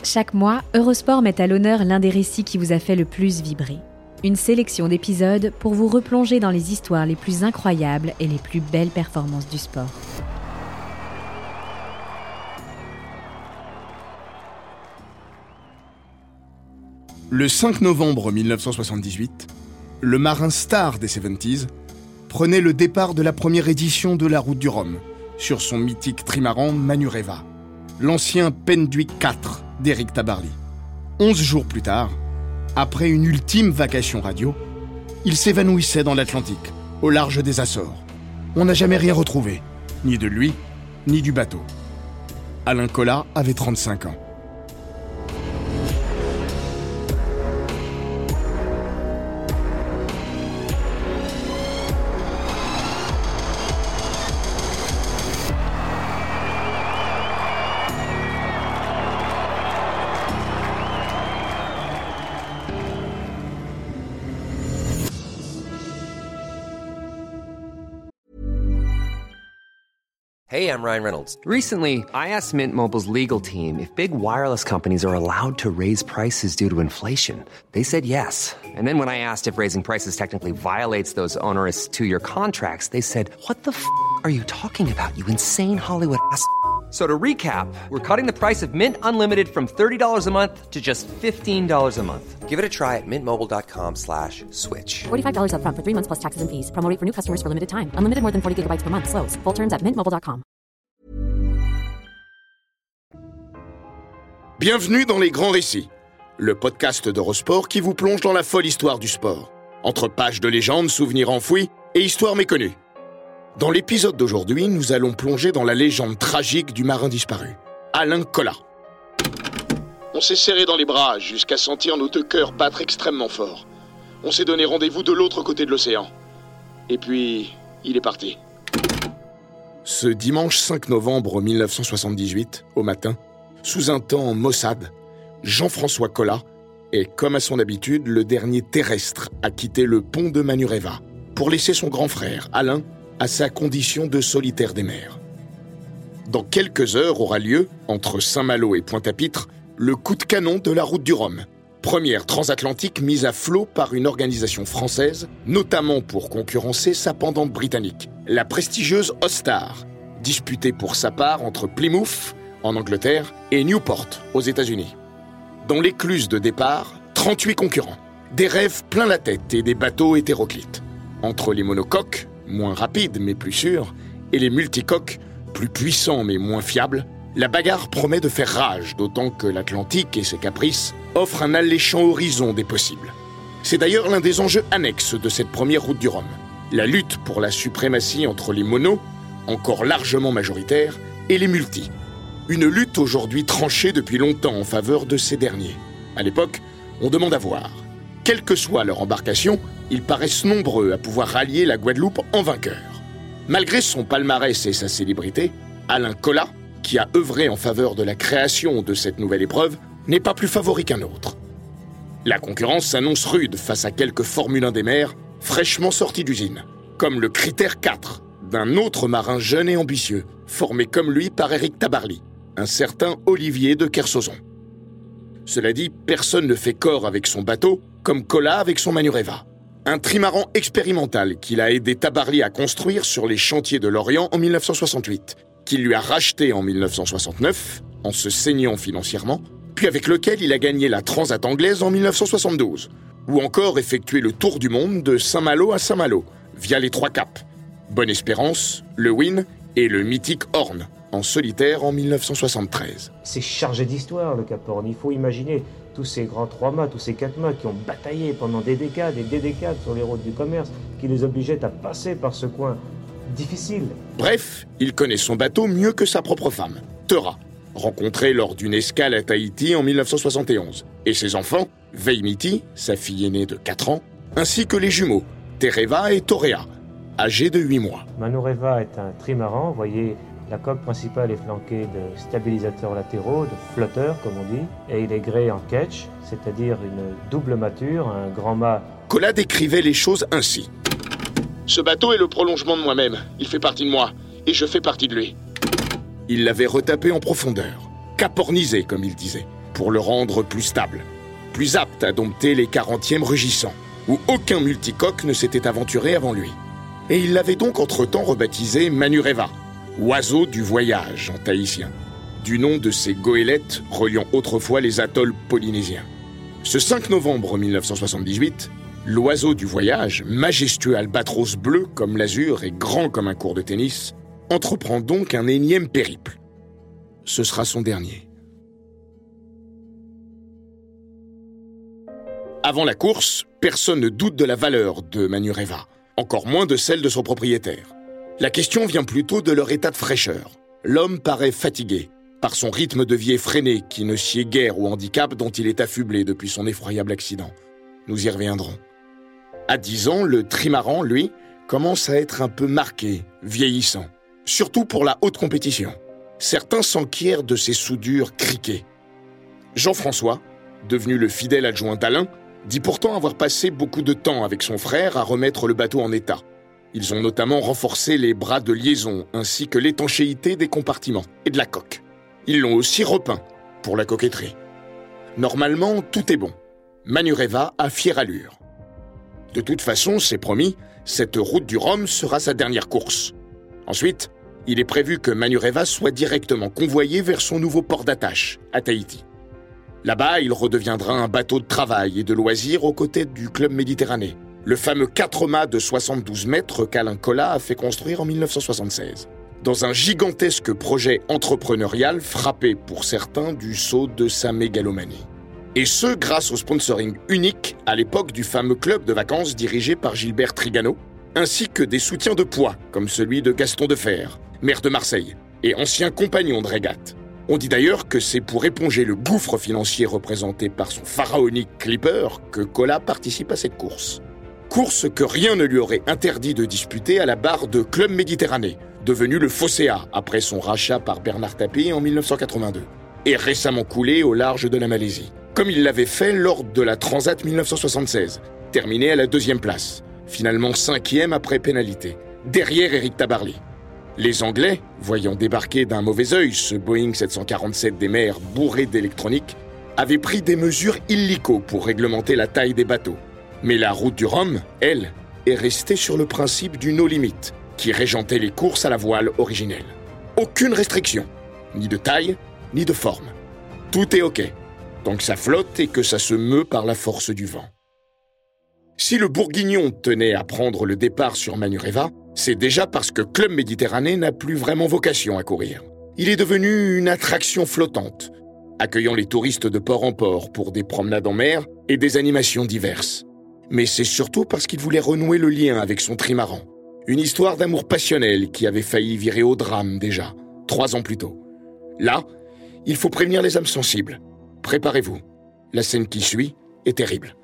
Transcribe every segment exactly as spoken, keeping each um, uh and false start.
Chaque mois, Eurosport met à l'honneur l'un des récits qui vous a fait le plus vibrer. Une sélection d'épisodes pour vous replonger dans les histoires les plus incroyables et les plus belles performances du sport. Le cinq novembre mille neuf cent soixante-dix-huit, le marin star des soixante-dix prenait le départ de la première édition de la Route du Rhum sur son mythique trimaran Manureva, l'ancien Penduic quatre d'Éric Tabarly. Onze jours plus tard, après une ultime vacation radio, il s'évanouissait dans l'Atlantique, au large des Açores. On n'a jamais rien retrouvé, ni de lui, ni du bateau. Alain Colas avait trente-cinq ans. Hey, I'm Ryan Reynolds. Recently, I asked Mint Mobile's legal team if big wireless companies are allowed to raise prices due to inflation. They said yes. And then when I asked if raising prices technically violates those onerous two-year contracts, they said, what the f*** are you talking about, you insane Hollywood ass f- So to recap, we're cutting the price of Mint Unlimited from thirty dollars a month to just fifteen dollars a month. Give it a try at mintmobile.com slash switch. forty-five dollars up front for three months plus taxes and fees. Promo rate for new customers for limited time. Unlimited more than forty gigabytes per month. Slows full terms at mint mobile dot com. Bienvenue dans Les Grands Récits, le podcast d'Eurosport qui vous plonge dans la folle histoire du sport. Entre pages de légendes, souvenirs enfouis et histoires méconnues. Dans l'épisode d'aujourd'hui, nous allons plonger dans la légende tragique du marin disparu, Alain Colas. On s'est serré dans les bras jusqu'à sentir nos deux cœurs battre extrêmement fort. On s'est donné rendez-vous de l'autre côté de l'océan. Et puis, il est parti. Ce dimanche cinq novembre mille neuf cent soixante-dix-huit, au matin, sous un temps maussade, Jean-François Colas est, comme à son habitude, le dernier terrestre à quitter le pont de Manureva pour laisser son grand frère, Alain, à sa condition de solitaire des mers. Dans quelques heures aura lieu, entre Saint-Malo et Pointe-à-Pitre, le coup de canon de la Route du Rhum, première transatlantique mise à flot par une organisation française, notamment pour concurrencer sa pendante britannique, la prestigieuse Ostar, disputée pour sa part entre Plymouth, en Angleterre, et Newport, aux États-Unis. Dans l'écluse de départ, trente-huit concurrents, des rêves plein la tête et des bateaux hétéroclites. Entre les monocoques, moins rapides mais plus sûrs, et les multicoques, plus puissants mais moins fiables, la bagarre promet de faire rage, d'autant que l'Atlantique et ses caprices offrent un alléchant horizon des possibles. C'est d'ailleurs l'un des enjeux annexes de cette première Route du Rhum, la lutte pour la suprématie entre les monos, encore largement majoritaires, et les multis. Une lutte aujourd'hui tranchée depuis longtemps en faveur de ces derniers. À l'époque, on demande à voir. Quelle que soit leur embarcation, ils paraissent nombreux à pouvoir rallier la Guadeloupe en vainqueur. Malgré son palmarès et sa célébrité, Alain Colas, qui a œuvré en faveur de la création de cette nouvelle épreuve, n'est pas plus favori qu'un autre. La concurrence s'annonce rude face à quelques Formule un des mers fraîchement sortis d'usine, comme le Critère quatre, d'un autre marin jeune et ambitieux, formé comme lui par Éric Tabarly, un certain Olivier de Kersauzon. Cela dit, personne ne fait corps avec son bateau, comme Colas avec son Manureva. Un trimaran expérimental qu'il a aidé Tabarly à construire sur les chantiers de l'Orient en mille neuf cent soixante-huit, qu'il lui a racheté en mille neuf cent soixante-neuf, en se saignant financièrement, puis avec lequel il a gagné la Transat anglaise en mille neuf cent soixante-douze, ou encore effectué le tour du monde de Saint-Malo à Saint-Malo, via les trois caps, Bonne-Espérance, le Win et le mythique Horn, en solitaire en mille neuf cent soixante-treize. C'est chargé d'histoire, le Cap Horn. Il faut imaginer tous ces grands trois-mâts, tous ces quatre-mâts qui ont bataillé pendant des décades et des décades sur les routes du commerce, qui les obligeaient à passer par ce coin difficile. Bref, il connaît son bateau mieux que sa propre femme, Thera, rencontrée lors d'une escale à Tahiti en mille neuf cent soixante et onze, et ses enfants, Veimiti, sa fille aînée de quatre ans, ainsi que les jumeaux, Tereva et Torea, âgés de huit mois. Manureva est un trimaran, vous voyez. La coque principale est flanquée de stabilisateurs latéraux, de flotteurs comme on dit, et il est gréé en ketch, c'est-à-dire une double mâture, un grand mât. Colas décrivait les choses ainsi. Ce bateau est le prolongement de moi-même, il fait partie de moi, et je fais partie de lui. Il l'avait retapé en profondeur, capornisé comme il disait, pour le rendre plus stable, plus apte à dompter les quarantièmes rugissants, où aucun multicoque ne s'était aventuré avant lui. Et il l'avait donc entre-temps rebaptisé Manureva, oiseau du voyage en tahitien, du nom de ces goélettes reliant autrefois les atolls polynésiens. Ce cinq novembre mille neuf cent soixante-dix-huit, l'oiseau du voyage, majestueux albatros bleu comme l'azur et grand comme un court de tennis, entreprend donc un énième périple. Ce sera son dernier. Avant la course, personne ne doute de la valeur de Manureva, encore moins de celle de son propriétaire. La question vient plutôt de leur état de fraîcheur. L'homme paraît fatigué par son rythme de vie effréné qui ne sied guère au handicap dont il est affublé depuis son effroyable accident. Nous y reviendrons. À dix ans, le trimaran, lui, commence à être un peu marqué, vieillissant, surtout pour la haute compétition. Certains s'enquièrent de ses soudures criquées. Jean-François, devenu le fidèle adjoint d'Alain, dit pourtant avoir passé beaucoup de temps avec son frère à remettre le bateau en état. Ils ont notamment renforcé les bras de liaison ainsi que l'étanchéité des compartiments et de la coque. Ils l'ont aussi repeint pour la coquetterie. Normalement, tout est bon. Manureva a fière allure. De toute façon, c'est promis, cette route du Rhum sera sa dernière course. Ensuite, il est prévu que Manureva soit directement convoyé vers son nouveau port d'attache, à Tahiti. Là-bas, il redeviendra un bateau de travail et de loisirs aux côtés du Club Méditerranée, le fameux quatre mâts de soixante-douze mètres qu'Alain Colas a fait construire en mille neuf cent soixante-seize, dans un gigantesque projet entrepreneurial frappé pour certains du sceau de sa mégalomanie. Et ce, grâce au sponsoring unique à l'époque du fameux club de vacances dirigé par Gilbert Trigano, ainsi que des soutiens de poids comme celui de Gaston Defer, maire de Marseille, et ancien compagnon de régate. On dit d'ailleurs que c'est pour éponger le gouffre financier représenté par son pharaonique Clipper que Colas participe à cette course. Course que rien ne lui aurait interdit de disputer à la barre de Club Méditerranée, devenu le Fosséa après son rachat par Bernard Tapie en mille neuf cent quatre-vingt-deux, et récemment coulé au large de la Malaisie, comme il l'avait fait lors de la Transat mille neuf cent soixante-seize, terminé à la deuxième place, finalement cinquième après pénalité, derrière Éric Tabarly. Les Anglais, voyant débarquer d'un mauvais œil ce Boeing sept cent quarante-sept des mers bourré d'électronique, avaient pris des mesures illico pour réglementer la taille des bateaux. Mais la route du Rhum, elle, est restée sur le principe du no limit, qui régentait les courses à la voile originelle. Aucune restriction, ni de taille, ni de forme. Tout est OK, tant que ça flotte et que ça se meut par la force du vent. Si le Bourguignon tenait à prendre le départ sur Manureva, c'est déjà parce que Club Méditerranée n'a plus vraiment vocation à courir. Il est devenu une attraction flottante, accueillant les touristes de port en port pour des promenades en mer et des animations diverses. Mais c'est surtout parce qu'il voulait renouer le lien avec son trimaran. Une histoire d'amour passionnel qui avait failli virer au drame déjà, trois ans plus tôt. Là, il faut prévenir les âmes sensibles. Préparez-vous. La scène qui suit est terrible.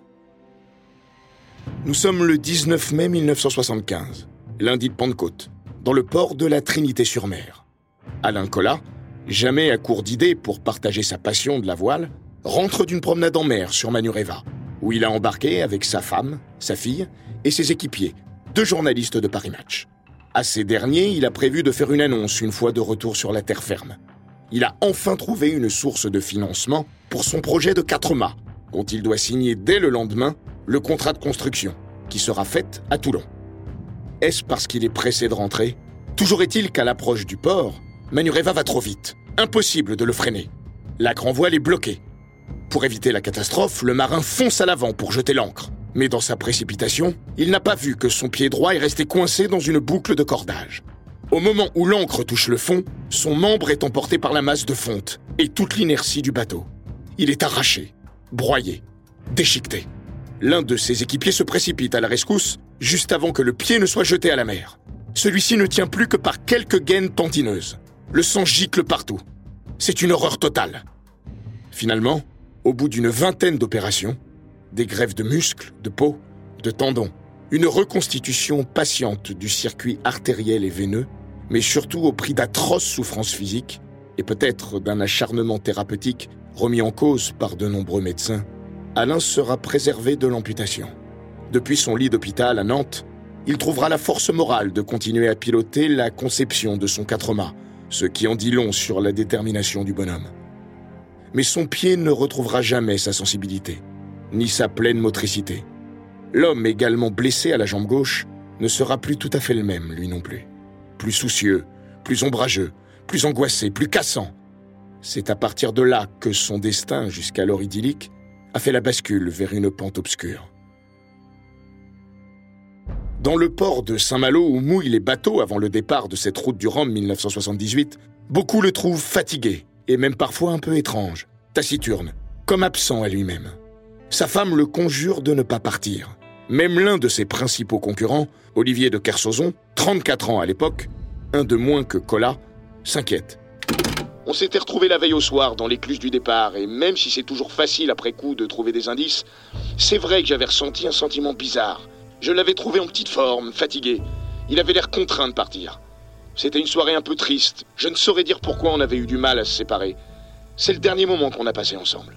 Nous sommes le dix-neuf mai mille neuf cent soixante-quinze, lundi de Pentecôte, dans le port de la Trinité-sur-Mer. Alain Colas, jamais à court d'idées pour partager sa passion de la voile, rentre d'une promenade en mer sur Manureva, où il a embarqué avec sa femme, sa fille et ses équipiers, deux journalistes de Paris Match. À ces derniers, il a prévu de faire une annonce une fois de retour sur la terre ferme. Il a enfin trouvé une source de financement pour son projet de quatre mâts, dont il doit signer dès le lendemain le contrat de construction, qui sera fait à Toulon. Est-ce parce qu'il est pressé de rentrer ? Toujours est-il qu'à l'approche du port, Manureva va trop vite. Impossible de le freiner. La grand-voile est bloquée. Pour éviter la catastrophe, le marin fonce à l'avant pour jeter l'ancre. Mais dans sa précipitation, il n'a pas vu que son pied droit est resté coincé dans une boucle de cordage. Au moment où l'ancre touche le fond, son membre est emporté par la masse de fonte et toute l'inertie du bateau. Il est arraché, broyé, déchiqueté. L'un de ses équipiers se précipite à la rescousse juste avant que le pied ne soit jeté à la mer. Celui-ci ne tient plus que par quelques gaines tendineuses. Le sang gicle partout. C'est une horreur totale. Finalement, au bout d'une vingtaine d'opérations, des greffes de muscles, de peau, de tendons, une reconstitution patiente du circuit artériel et veineux, mais surtout au prix d'atroces souffrances physiques et peut-être d'un acharnement thérapeutique remis en cause par de nombreux médecins, Alain sera préservé de l'amputation. Depuis son lit d'hôpital à Nantes, il trouvera la force morale de continuer à piloter la conception de son quatre mâts, ce qui en dit long sur la détermination du bonhomme. mais son pied ne retrouvera jamais sa sensibilité, ni sa pleine motricité. L'homme également blessé à la jambe gauche ne sera plus tout à fait le même, lui non plus. Plus soucieux, plus ombrageux, plus angoissé, plus cassant. C'est à partir de là que son destin, jusqu'alors idyllique, a fait la bascule vers une pente obscure. Dans le port de Saint-Malo où mouillent les bateaux avant le départ de cette route du Rhum mille neuf cent soixante-dix-huit, beaucoup le trouvent fatigué et même parfois un peu étrange, taciturne, comme absent à lui-même. Sa femme le conjure de ne pas partir. Même l'un de ses principaux concurrents, Olivier de Kersauzon, trente-quatre ans à l'époque, un de moins que Colas, s'inquiète. On s'était retrouvés la veille au soir dans l'écluse du départ, et même si c'est toujours facile après coup de trouver des indices, c'est vrai que j'avais ressenti un sentiment bizarre. Je l'avais trouvé en petite forme, fatigué. Il avait l'air contraint de partir. C'était une soirée un peu triste. Je ne saurais dire pourquoi on avait eu du mal à se séparer. C'est le dernier moment qu'on a passé ensemble.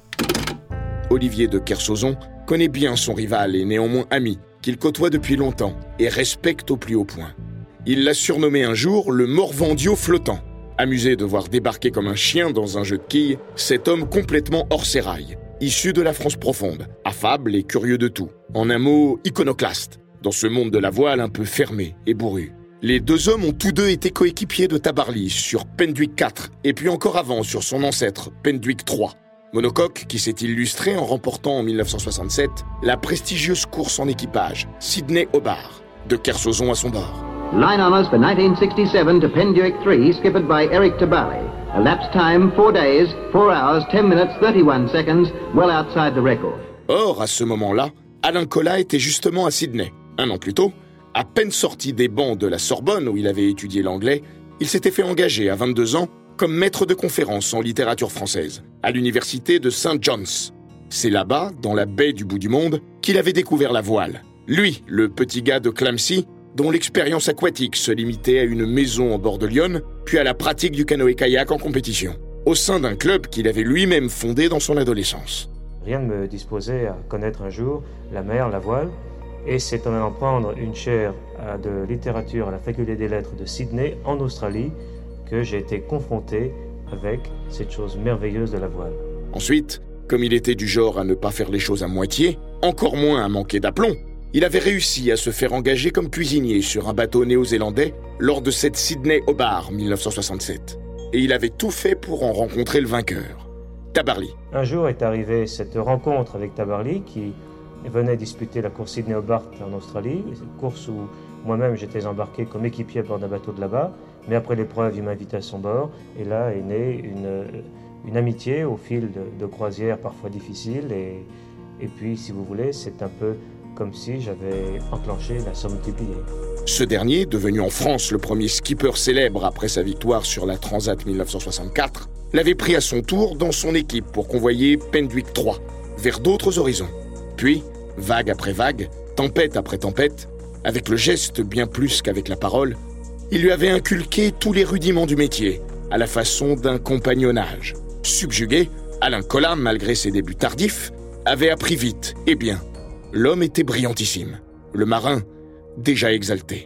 Olivier de Kersauzon connaît bien son rival et néanmoins ami, qu'il côtoie depuis longtemps et respecte au plus haut point. Il l'a surnommé un jour le Morvandiau flottant. Amusé de voir débarquer comme un chien dans un jeu de quilles, cet homme complètement hors ses rails, issu de la France profonde, affable et curieux de tout. En un mot, iconoclaste, dans ce monde de la voile un peu fermé et bourru. Les deux hommes ont tous deux été coéquipiers de Tabarly sur Penduick quatre, et puis encore avant sur son ancêtre, Penduick trois. Monocoque qui s'est illustré en remportant en mille neuf cent soixante-sept la prestigieuse course en équipage, Sydney Hobart, de Kersauzon à son bord. Line honours for nineteen sixty-seven to Penduick three, skippered by Eric Tabarly. Elapsed time, four days, four hours, ten minutes, thirty-one seconds, well outside the record. Or, à ce moment-là, Alain Colas était justement à Sydney. Un an plus tôt, à peine sorti des bancs de la Sorbonne où il avait étudié l'anglais, il s'était fait engager à vingt-deux ans comme maître de conférences en littérature française, à l'université de Saint John's. C'est là-bas, dans la baie du bout du monde, qu'il avait découvert la voile. Lui, le petit gars de Clamecy, dont l'expérience aquatique se limitait à une maison en bord de Lyon, puis à la pratique du canoë-kayak en compétition, au sein d'un club qu'il avait lui-même fondé dans son adolescence. Rien ne me disposait à connaître un jour la mer, la voile, et c'est en allant prendre une chaire de littérature à la faculté des lettres de Sydney, en Australie, que j'ai été confronté avec cette chose merveilleuse de la voile. Ensuite, comme il était du genre à ne pas faire les choses à moitié, encore moins à manquer d'aplomb, il avait réussi à se faire engager comme cuisinier sur un bateau néo-zélandais lors de cette Sydney Hobart mille neuf cent soixante-sept. Et il avait tout fait pour en rencontrer le vainqueur, Tabarly. Un jour est arrivée cette rencontre avec Tabarly qui venait disputer la course Sydney Hobart en Australie, une course où moi-même j'étais embarqué comme équipier à bord d'un bateau de là-bas, mais après l'épreuve il m'invitait à son bord et là est née une, une amitié au fil de, de croisières parfois difficiles et, et puis si vous voulez c'est un peu comme si j'avais enclenché la somme multipliée. Ce dernier, devenu en France le premier skipper célèbre après sa victoire sur la Transat mille neuf cent soixante-quatre, l'avait pris à son tour dans son équipe pour convoyer Penduick trois vers d'autres horizons. Puis, vague après vague, tempête après tempête, avec le geste bien plus qu'avec la parole, il lui avait inculqué tous les rudiments du métier, à la façon d'un compagnonnage. Subjugué, Alain Colas, malgré ses débuts tardifs, avait appris vite et bien. L'homme était brillantissime, le marin déjà exalté.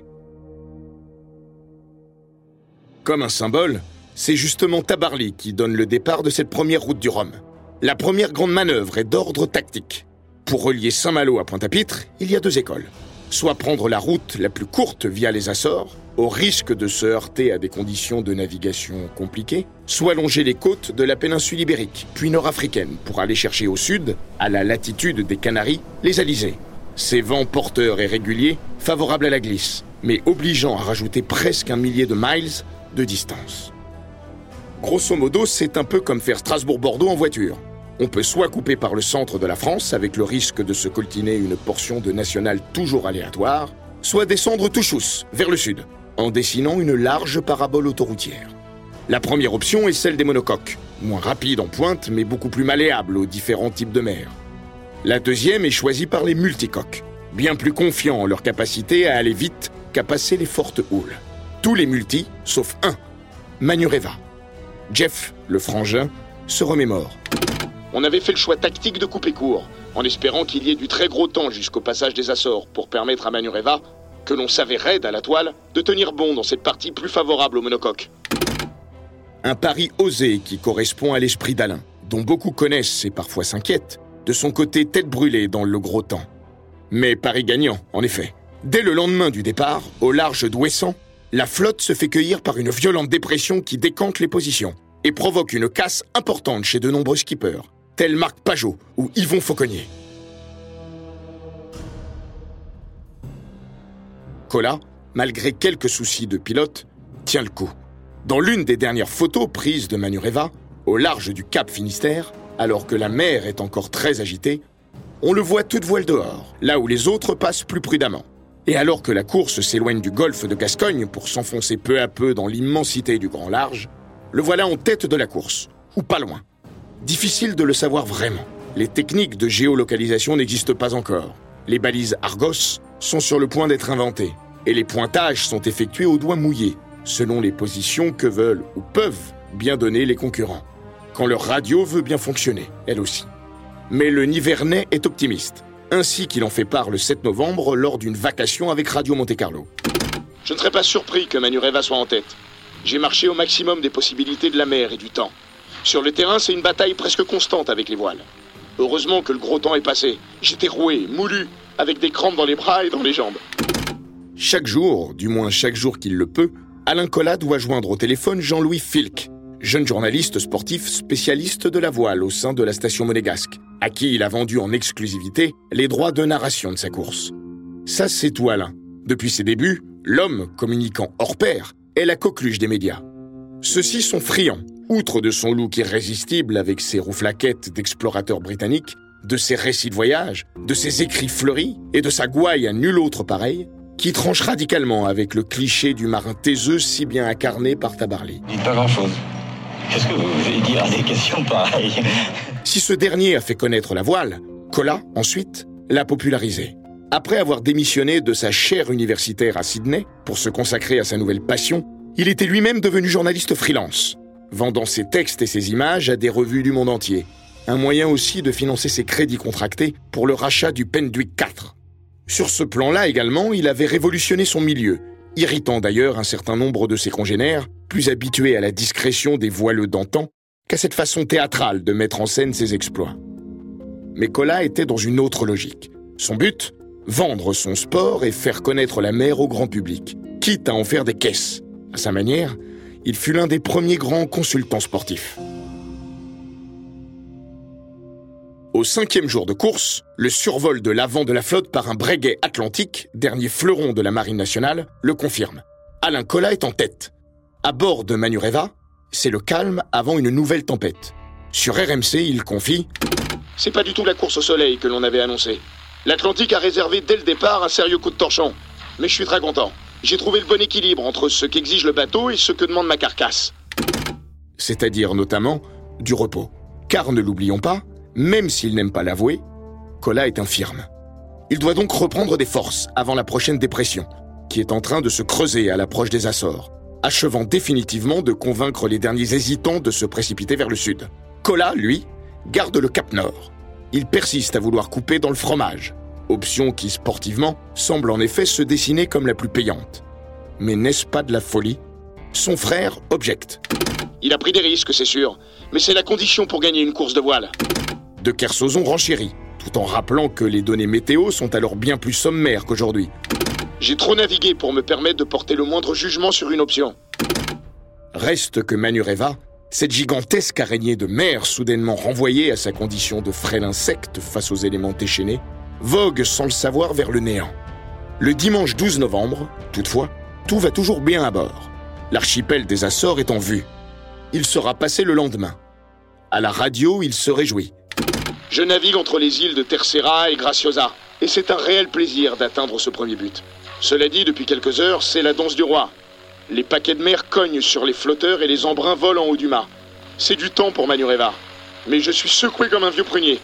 Comme un symbole, c'est justement Tabarly qui donne le départ de cette première route du Rhum. La première grande manœuvre est d'ordre tactique. Pour relier Saint-Malo à Pointe-à-Pitre, il y a deux écoles. Soit prendre la route la plus courte via les Açores, au risque de se heurter à des conditions de navigation compliquées, soit longer les côtes de la péninsule ibérique, puis nord-africaine, pour aller chercher au sud, à la latitude des Canaries, les alizés. Ces vents porteurs et réguliers, favorables à la glisse, mais obligeant à rajouter presque un millier de miles de distance. Grosso modo, c'est un peu comme faire Strasbourg-Bordeaux en voiture. On peut soit couper par le centre de la France, avec le risque de se coltiner une portion de nationale toujours aléatoire, soit descendre tout chousse, vers le sud, en dessinant une large parabole autoroutière. La première option est celle des monocoques, moins rapide en pointe, mais beaucoup plus malléable aux différents types de mer. La deuxième est choisie par les multicoques, bien plus confiants en leur capacité à aller vite qu'à passer les fortes houles. Tous les multis, sauf un, Manureva. Jeff, le frangin, se remémore. On avait fait le choix tactique de couper court, en espérant qu'il y ait du très gros temps jusqu'au passage des Açores pour permettre à Manureva, que l'on savait raide à la toile, de tenir bon dans cette partie plus favorable au monocoque. Un pari osé qui correspond à l'esprit d'Alain, dont beaucoup connaissent et parfois s'inquiètent, de son côté tête brûlée dans le gros temps. Mais Paris gagnant, en effet. Dès le lendemain du départ, au large d'Ouessant, la flotte se fait cueillir par une violente dépression qui décante les positions et provoque une casse importante chez de nombreux skippers, tels Marc Pajot ou Yvon Fauconnier. Colas, malgré quelques soucis de pilote, tient le coup. Dans l'une des dernières photos prises de Manureva, au large du Cap Finistère, alors que la mer est encore très agitée, on le voit toute voile dehors, là où les autres passent plus prudemment. Et alors que la course s'éloigne du golfe de Gascogne pour s'enfoncer peu à peu dans l'immensité du grand large, le voilà en tête de la course, ou pas loin. Difficile de le savoir vraiment. Les techniques de géolocalisation n'existent pas encore. Les balises Argos sont sur le point d'être inventées, et les pointages sont effectués au doigt mouillé, selon les positions que veulent ou peuvent bien donner les concurrents, quand leur radio veut bien fonctionner, elle aussi. Mais le Nivernais est optimiste, ainsi qu'il en fait part le sept novembre lors d'une vacation avec Radio Monte-Carlo. Je ne serais pas surpris que Manureva soit en tête. J'ai marché au maximum des possibilités de la mer et du temps. Sur le terrain, c'est une bataille presque constante avec les voiles. Heureusement que le gros temps est passé. J'étais roué, moulu, avec des crampes dans les bras et dans les jambes. Chaque jour, du moins chaque jour qu'il le peut, Alain Colas doit joindre au téléphone Jean-Louis Filck, jeune journaliste sportif spécialiste de la voile au sein de la station monégasque, à qui il a vendu en exclusivité les droits de narration de sa course. Ça, c'est tout Alain. Depuis ses débuts, l'homme, communiquant hors pair, est la coqueluche des médias. Ceux-ci sont friands, outre de son look irrésistible avec ses rouflaquettes d'explorateur britannique, de ses récits de voyage, de ses écrits fleuris et de sa gouaille à nul autre pareil, qui tranche radicalement avec le cliché du marin taiseux si bien incarné par Tabarly. Dites pas grand-chose. Qu'est-ce que vous voulez dire à des questions pareilles ? Si ce dernier a fait connaître la voile, Colas, ensuite, l'a popularisée. Après avoir démissionné de sa chaire universitaire à Sydney pour se consacrer à sa nouvelle passion, il était lui-même devenu journaliste freelance, vendant ses textes et ses images à des revues du monde entier. Un moyen aussi de financer ses crédits contractés pour le rachat du Penduic quatre. Sur ce plan-là également, il avait révolutionné son milieu, irritant d'ailleurs un certain nombre de ses congénères, plus habitués à la discrétion des voileux d'antan qu'à cette façon théâtrale de mettre en scène ses exploits. Mais Colas était dans une autre logique. Son but ? Vendre son sport et faire connaître la mer au grand public, quitte à en faire des caisses. À sa manière, il fut l'un des premiers grands consultants sportifs. Au cinquième jour de course, le survol de l'avant de la flotte par un Breguet Atlantique, dernier fleuron de la Marine nationale, le confirme. Alain Colas est en tête. À bord de Manureva, c'est le calme avant une nouvelle tempête. Sur R M C, il confie « C'est pas du tout la course au soleil que l'on avait annoncée. L'Atlantique a réservé dès le départ un sérieux coup de torchon. Mais je suis très content. J'ai trouvé le bon équilibre entre ce qu'exige le bateau et ce que demande ma carcasse. » C'est-à-dire notamment du repos. Car ne l'oublions pas, même s'il n'aime pas l'avouer, Colas est infirme. Il doit donc reprendre des forces avant la prochaine dépression, qui est en train de se creuser à l'approche des Açores, achevant définitivement de convaincre les derniers hésitants de se précipiter vers le sud. Colas, lui, garde le Cap Nord. Il persiste à vouloir couper dans le fromage, option qui, sportivement, semble en effet se dessiner comme la plus payante. Mais n'est-ce pas de la folie ? Son frère objecte. Il a pris des risques, c'est sûr, mais c'est la condition pour gagner une course de voile. De Kersozon renchérit, tout en rappelant que les données météo sont alors bien plus sommaires qu'aujourd'hui. J'ai trop navigué pour me permettre de porter le moindre jugement sur une option. Reste que Manureva, cette gigantesque araignée de mer soudainement renvoyée à sa condition de frêle insecte face aux éléments déchaînés, vogue sans le savoir vers le néant. Le dimanche douze novembre, toutefois, tout va toujours bien à bord. L'archipel des Açores est en vue. Il sera passé le lendemain. À la radio, il se réjouit. Je navigue entre les îles de Terceira et Graciosa, et c'est un réel plaisir d'atteindre ce premier but. Cela dit, depuis quelques heures, c'est la danse du roi. Les paquets de mer cognent sur les flotteurs et les embruns volent en haut du mât. C'est du temps pour Manureva, mais je suis secoué comme un vieux prunier.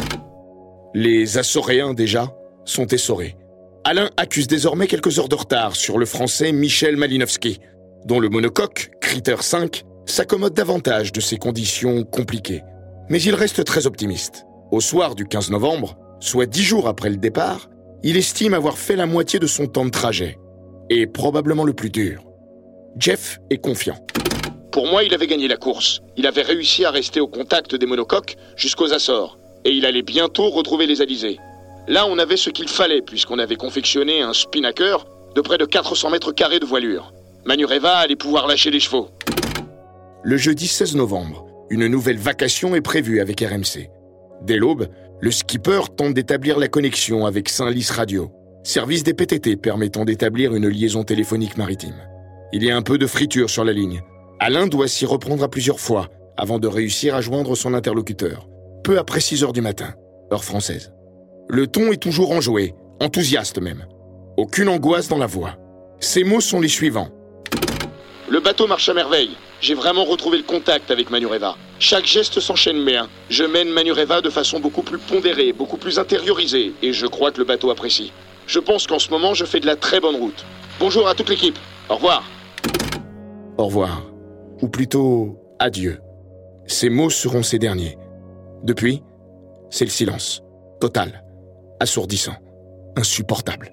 Les Açoréens, déjà, sont essorés. Alain accuse désormais quelques heures de retard sur le Français Michel Malinowski, dont le monocoque, Critter cinq, s'accommode davantage de ces conditions compliquées. Mais il reste très optimiste. Au soir du quinze novembre, soit dix jours après le départ, il estime avoir fait la moitié de son temps de trajet. Et probablement le plus dur. Jeff est confiant. Pour moi, il avait gagné la course. Il avait réussi à rester au contact des monocoques jusqu'aux Açores. Et il allait bientôt retrouver les alizés. Là, on avait ce qu'il fallait, puisqu'on avait confectionné un spinnaker de près de quatre cents mètres carrés de voilure. Manureva allait pouvoir lâcher les chevaux. Le jeudi seize novembre, une nouvelle vacation est prévue avec R M C. Dès l'aube, le skipper tente d'établir la connexion avec Saint-Lys Radio, service des P T T permettant d'établir une liaison téléphonique maritime. Il y a un peu de friture sur la ligne. Alain doit s'y reprendre à plusieurs fois avant de réussir à joindre son interlocuteur, peu après six heures du matin, heure française. Le ton est toujours enjoué, enthousiaste même. Aucune angoisse dans la voix. Ses mots sont les suivants. Le bateau marche à merveille. J'ai vraiment retrouvé le contact avec Manureva. Chaque geste s'enchaîne bien. Je mène Manureva de façon beaucoup plus pondérée, beaucoup plus intériorisée, et je crois que le bateau apprécie. Je pense qu'en ce moment, je fais de la très bonne route. Bonjour à toute l'équipe. Au revoir. Au revoir. Ou plutôt, adieu. Ces mots seront ces derniers. Depuis, c'est le silence. Total. Assourdissant. Insupportable.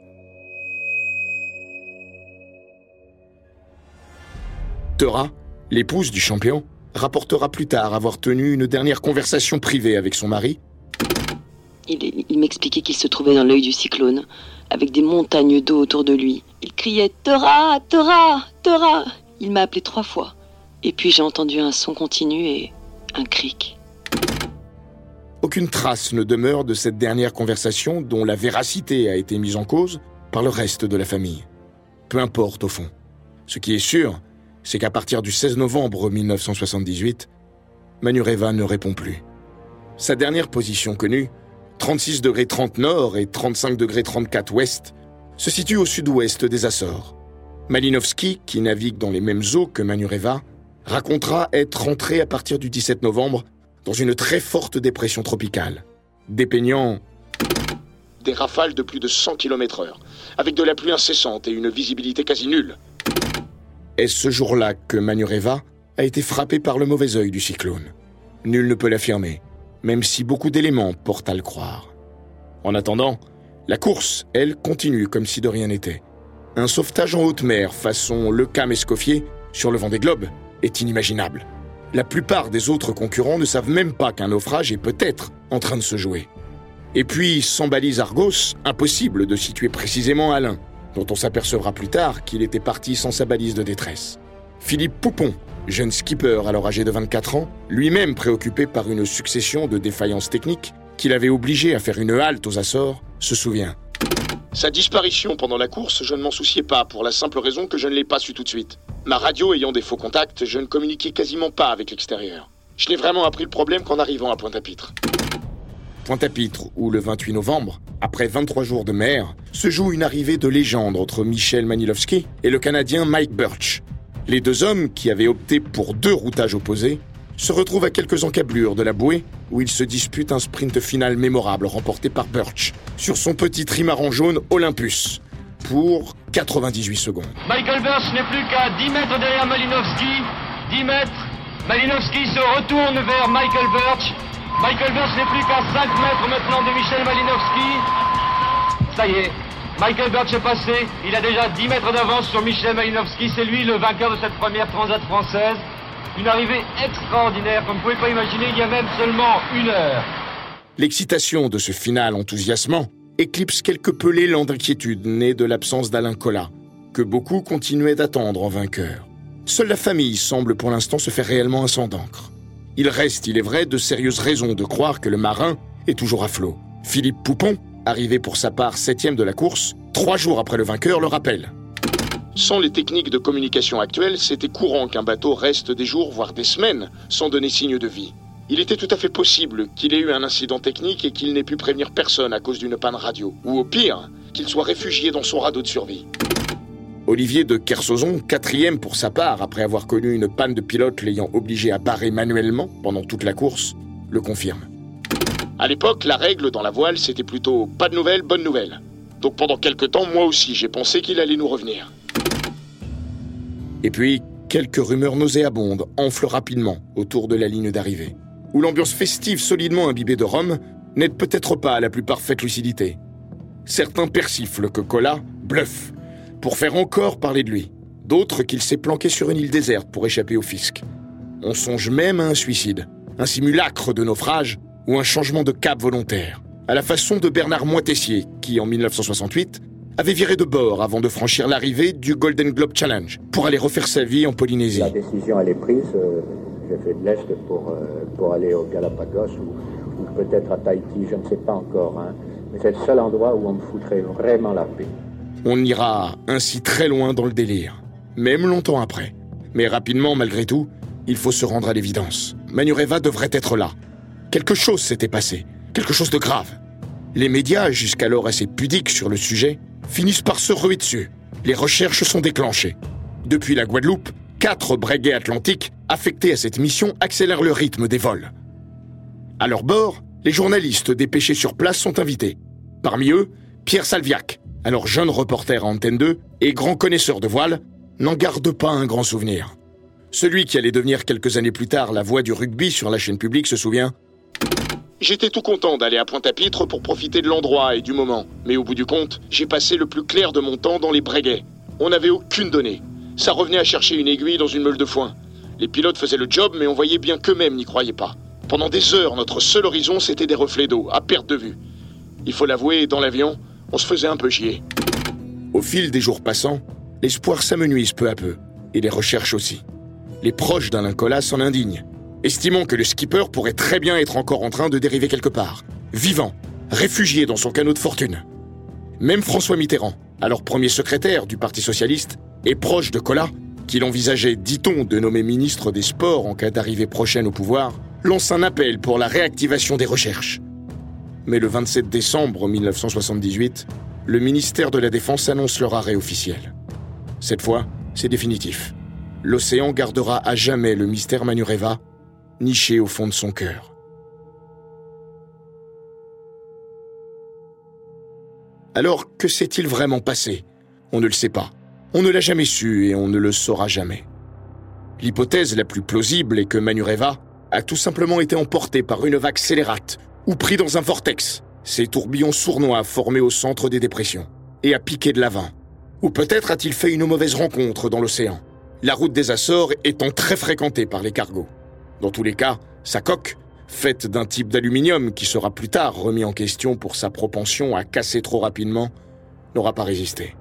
Teura, l'épouse du champion, rapportera plus tard avoir tenu une dernière conversation privée avec son mari. Il, il m'expliquait qu'il se trouvait dans l'œil du cyclone, avec des montagnes d'eau autour de lui. Il criait « Teura, Teura, Teura !» Il m'a appelé trois fois. Et puis j'ai entendu un son continu et un cric. Aucune trace ne demeure de cette dernière conversation dont la véracité a été mise en cause par le reste de la famille. Peu importe au fond. Ce qui est sûr, c'est qu'à partir du seize novembre mille neuf cent soixante-dix-huit, Manureva ne répond plus. Sa dernière position connue, trente-six degrés trente nord et trente-cinq degrés trente-quatre ouest, se situe au sud-ouest des Açores. Malinowski, qui navigue dans les mêmes eaux que Manureva, racontera être rentré à partir du dix-sept novembre dans une très forte dépression tropicale, dépeignant des rafales de plus de cent kilomètres heure, avec de la pluie incessante et une visibilité quasi nulle. Est-ce ce jour-là que Manureva a été frappé par le mauvais œil du cyclone? Nul ne peut l'affirmer, même si beaucoup d'éléments portent à le croire. En attendant, la course, elle, continue comme si de rien n'était. Un sauvetage en haute mer, façon Le Cam Escoffier, sur le Vendée Globe, est inimaginable. La plupart des autres concurrents ne savent même pas qu'un naufrage est peut-être en train de se jouer. Et puis, sans balise Argos, impossible de situer précisément Alain, dont on s'apercevra plus tard qu'il était parti sans sa balise de détresse. Philippe Poupon, jeune skipper alors âgé de vingt-quatre ans, lui-même préoccupé par une succession de défaillances techniques qui l'avait obligé à faire une halte aux Açores, se souvient. Sa disparition pendant la course, je ne m'en souciais pas, pour la simple raison que je ne l'ai pas su tout de suite. Ma radio ayant des faux contacts, je ne communiquais quasiment pas avec l'extérieur. Je n'ai vraiment appris le problème qu'en arrivant à Pointe-à-Pitre. Pointe-à-Pitre, où le vingt-huit novembre, après vingt-trois jours de mer, se joue une arrivée de légende entre Michel Manilowski et le Canadien Mike Birch. Les deux hommes, qui avaient opté pour deux routages opposés, se retrouvent à quelques encablures de la bouée où ils se disputent un sprint final mémorable remporté par Birch sur son petit trimaran jaune Olympus pour quatre-vingt-dix-huit secondes. Michael Birch n'est plus qu'à dix mètres derrière Malinowski. dix mètres. Malinowski se retourne vers Michael Birch. Michael Birch n'est plus qu'à cinq mètres maintenant de Michel Malinowski. Ça y est, Michael Birch est passé. Il a déjà dix mètres d'avance sur Michel Malinowski. C'est lui le vainqueur de cette première transat française. Une arrivée extraordinaire, comme vous ne pouvez pas imaginer, il y a même seulement une heure. L'excitation de ce final enthousiasmant éclipse quelque peu l'élan d'inquiétude né de l'absence d'Alain Colas, que beaucoup continuaient d'attendre en vainqueur. Seule la famille semble pour l'instant se faire réellement un sang d'encre. Il reste, il est vrai, de sérieuses raisons de croire que le marin est toujours à flot. Philippe Poupon, arrivé pour sa part septième de la course, trois jours après le vainqueur, le rappelle. Sans les techniques de communication actuelles, c'était courant qu'un bateau reste des jours, voire des semaines, sans donner signe de vie. Il était tout à fait possible qu'il ait eu un incident technique et qu'il n'ait pu prévenir personne à cause d'une panne radio. Ou au pire, qu'il soit réfugié dans son radeau de survie. Olivier de Kersauzon, quatrième pour sa part, après avoir connu une panne de pilote l'ayant obligé à barrer manuellement pendant toute la course, le confirme. À l'époque, la règle dans la voile, c'était plutôt « pas de nouvelles, bonne nouvelle ». Donc pendant quelque temps, moi aussi, j'ai pensé qu'il allait nous revenir. Et puis, quelques rumeurs nauséabondes enflent rapidement autour de la ligne d'arrivée, où l'ambiance festive solidement imbibée de rhum n'aide peut-être pas à la plus parfaite lucidité. Certains persiflent que Colas bluffe pour faire encore parler de lui. d'autres qu'il s'est planqué sur une île déserte pour échapper au fisc. On songe même à un suicide, un simulacre de naufrage ou un changement de cap volontaire, à la façon de Bernard Moitessier, qui, en dix-neuf cent soixante-huit, avait viré de bord avant de franchir l'arrivée du Golden Globe Challenge pour aller refaire sa vie en Polynésie. La décision, elle est prise. Euh, j'ai fait de l'Est pour, euh, pour aller aux Galapagos ou, ou peut-être à Tahiti, je ne sais pas encore. Hein. Mais c'est le seul endroit où on me foutrait vraiment la paix. On ira ainsi très loin dans le délire, même longtemps après. Mais rapidement, malgré tout, il faut se rendre à l'évidence. Manureva devrait être là. Quelque chose s'était passé, quelque chose de grave. Les médias, jusqu'alors assez pudiques sur le sujet, finissent par se ruer dessus. Les recherches sont déclenchées. Depuis la Guadeloupe, quatre breguets atlantiques affectés à cette mission accélèrent le rythme des vols. À leur bord, les journalistes dépêchés sur place sont invités. Parmi eux, Pierre Salviac, alors jeune reporter à Antenne deux et grand connaisseur de voile, n'en garde pas un grand souvenir. Celui qui allait devenir quelques années plus tard la voix du rugby sur la chaîne publique se souvient. J'étais tout content d'aller à Pointe-à-Pitre pour profiter de l'endroit et du moment. Mais au bout du compte, j'ai passé le plus clair de mon temps dans les breguets. On n'avait aucune donnée. Ça revenait à chercher une aiguille dans une meule de foin. Les pilotes faisaient le job, mais on voyait bien qu'eux-mêmes n'y croyaient pas. Pendant des heures, notre seul horizon, c'était des reflets d'eau, à perte de vue. Il faut l'avouer, dans l'avion, on se faisait un peu chier. Au fil des jours passants, l'espoir s'amenuise peu à peu, et les recherches aussi. Les proches d'Alain Colas s'en indignent, estimant que le skipper pourrait très bien être encore en train de dériver quelque part, vivant, réfugié dans son canot de fortune. Même François Mitterrand, alors premier secrétaire du Parti socialiste, et proche de Colas, qu'il envisageait, dit-on, de nommer ministre des Sports en cas d'arrivée prochaine au pouvoir, lance un appel pour la réactivation des recherches. Mais le vingt-sept décembre mille neuf cent soixante-dix-huit, le ministère de la Défense annonce leur arrêt officiel. Cette fois, c'est définitif. L'océan gardera à jamais le mystère Manureva, niché au fond de son cœur. Alors, que s'est-il vraiment passé ? On ne le sait pas. On ne l'a jamais su et on ne le saura jamais. L'hypothèse la plus plausible est que Manureva a tout simplement été emporté par une vague scélérate ou pris dans un vortex, ces tourbillons sournois formés au centre des dépressions, et a piqué de l'avant. Ou peut-être a-t-il fait une mauvaise rencontre dans l'océan, la route des Açores étant très fréquentée par les cargos. Dans tous les cas, sa coque, faite d'un type d'aluminium qui sera plus tard remis en question pour sa propension à casser trop rapidement, n'aura pas résisté.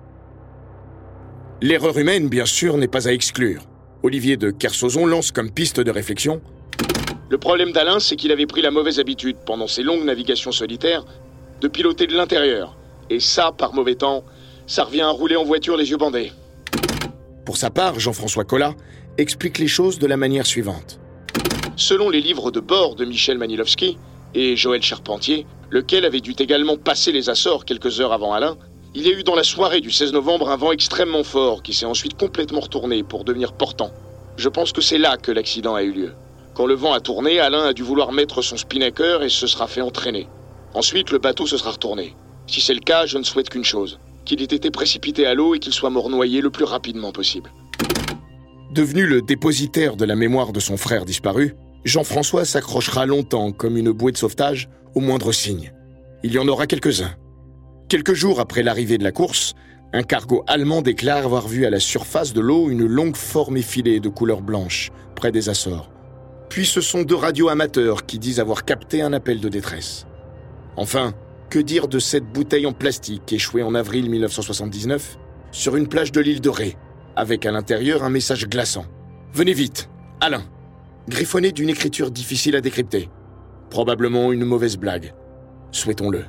L'erreur humaine, bien sûr, n'est pas à exclure. Olivier de Kersauzon lance comme piste de réflexion. Le problème d'Alain, c'est qu'il avait pris la mauvaise habitude, pendant ses longues navigations solitaires, de piloter de l'intérieur. Et ça, par mauvais temps, ça revient à rouler en voiture les yeux bandés. Pour sa part, Jean-François Colas explique les choses de la manière suivante. Selon les livres de bord de Michel Manilovski et Joël Charpentier, lequel avait dû également passer les Açores quelques heures avant Alain, il y a eu dans la soirée du seize novembre un vent extrêmement fort qui s'est ensuite complètement retourné pour devenir portant. Je pense que c'est là que l'accident a eu lieu. Quand le vent a tourné, Alain a dû vouloir mettre son spinnaker et se sera fait entraîner. Ensuite, le bateau se sera retourné. Si c'est le cas, je ne souhaite qu'une chose, qu'il ait été précipité à l'eau et qu'il soit mort noyé le plus rapidement possible. Devenu le dépositaire de la mémoire de son frère disparu, Jean-François s'accrochera longtemps comme une bouée de sauvetage au moindre signe. Il y en aura quelques-uns. Quelques jours après l'arrivée de la course, un cargo allemand déclare avoir vu à la surface de l'eau une longue forme effilée de couleur blanche, près des Açores. Puis ce sont deux radios amateurs qui disent avoir capté un appel de détresse. Enfin, que dire de cette bouteille en plastique échouée en avril mille neuf cent soixante-dix-neuf sur une plage de l'île de Ré, avec à l'intérieur un message glaçant. « Venez vite, Alain !» griffonné d'une écriture difficile à décrypter. Probablement une mauvaise blague. Souhaitons-le.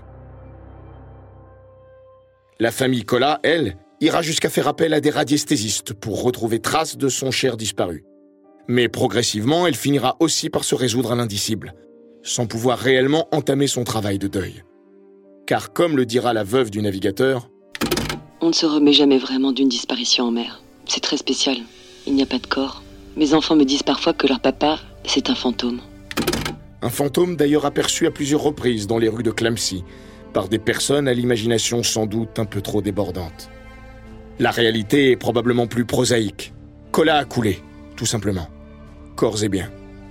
La famille Colas, elle, ira jusqu'à faire appel à des radiesthésistes pour retrouver trace de son cher disparu. Mais progressivement, elle finira aussi par se résoudre à l'indicible, sans pouvoir réellement entamer son travail de deuil. Car comme le dira la veuve du navigateur, on ne se remet jamais vraiment d'une disparition en mer. C'est très spécial. Il n'y a pas de corps. Mes enfants me disent parfois que leur papa, c'est un fantôme. Un fantôme d'ailleurs aperçu à plusieurs reprises dans les rues de Clamecy, par des personnes à l'imagination sans doute un peu trop débordante. La réalité est probablement plus prosaïque. Colas a coulé, tout simplement. Corps et biens.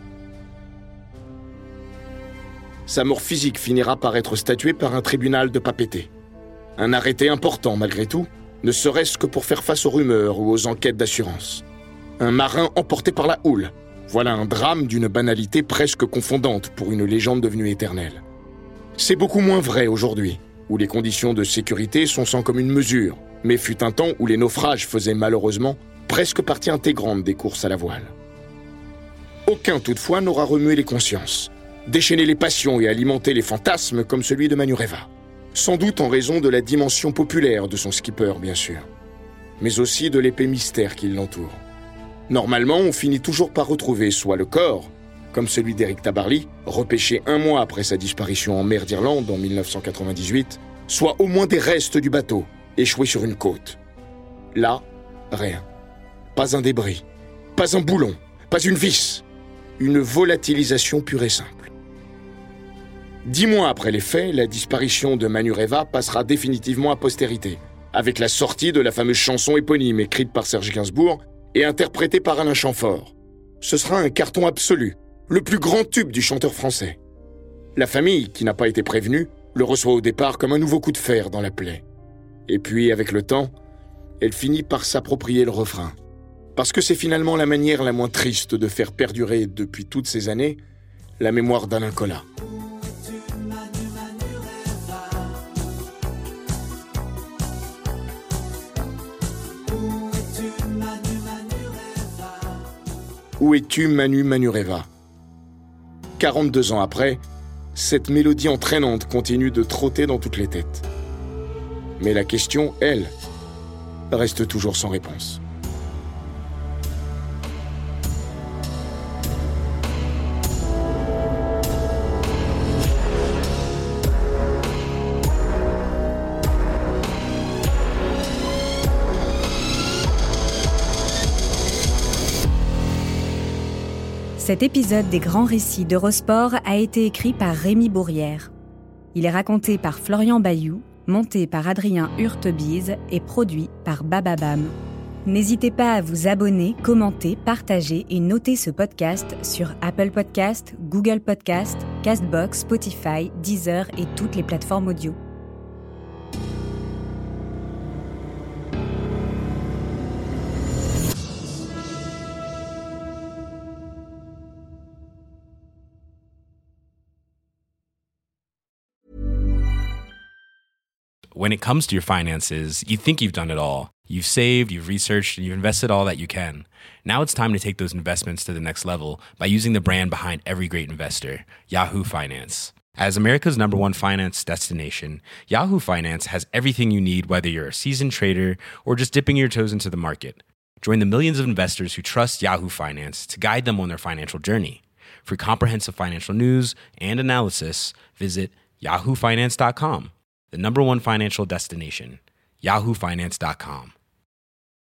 Sa mort physique finira par être statuée par un tribunal de Papeete. Un arrêté important malgré tout, ne serait-ce que pour faire face aux rumeurs ou aux enquêtes d'assurance. Un marin emporté par la houle. Voilà un drame d'une banalité presque confondante pour une légende devenue éternelle. C'est beaucoup moins vrai aujourd'hui, où les conditions de sécurité sont sans commune mesure, mais fut un temps où les naufrages faisaient malheureusement presque partie intégrante des courses à la voile. Aucun toutefois n'aura remué les consciences, déchaîné les passions et alimenté les fantasmes comme celui de Manureva. Sans doute en raison de la dimension populaire de son skipper, bien sûr, mais aussi de l'épais mystère qui l'entoure. Normalement, on finit toujours par retrouver soit le corps, comme celui d'Eric Tabarly, repêché un mois après sa disparition en mer d'Irlande en mille neuf cent quatre-vingt-dix-huit, soit au moins des restes du bateau, échoué sur une côte. Là, rien. Pas un débris, pas un boulon, pas une vis. Une volatilisation pure et simple. Dix mois après les faits, la disparition de Manureva passera définitivement à postérité, avec la sortie de la fameuse chanson éponyme écrite par Serge Gainsbourg et interprétée par Alain Chamfort. Ce sera un carton absolu, le plus grand tube du chanteur français. La famille, qui n'a pas été prévenue, le reçoit au départ comme un nouveau coup de fer dans la plaie. Et puis, avec le temps, elle finit par s'approprier le refrain. Parce que c'est finalement la manière la moins triste de faire perdurer, depuis toutes ces années, la mémoire d'Alain Colas. Où es-tu, Manu Manureva ? quarante-deux ans après, cette mélodie entraînante continue de trotter dans toutes les têtes. Mais la question, elle, reste toujours sans réponse. Cet épisode des Grands Récits d'Eurosport a été écrit par Rémi Bourrière. Il est raconté par Florian Bayou, monté par Adrien Hurtebise et produit par Bababam. N'hésitez pas à vous abonner, commenter, partager et noter ce podcast sur Apple Podcasts, Google Podcasts, Castbox, Spotify, Deezer et toutes les plateformes audio. When it comes to your finances, you think you've done it all. You've saved, you've researched, and you've invested all that you can. Now it's time to take those investments to the next level by using the brand behind every great investor, Yahoo Finance. As America's number one finance destination, Yahoo Finance has everything you need, whether you're a seasoned trader or just dipping your toes into the market. Join the millions of investors who trust Yahoo Finance to guide them on their financial journey. For comprehensive financial news and analysis, visit yahoo finance dot com. The number one financial destination, yahoo finance dot com.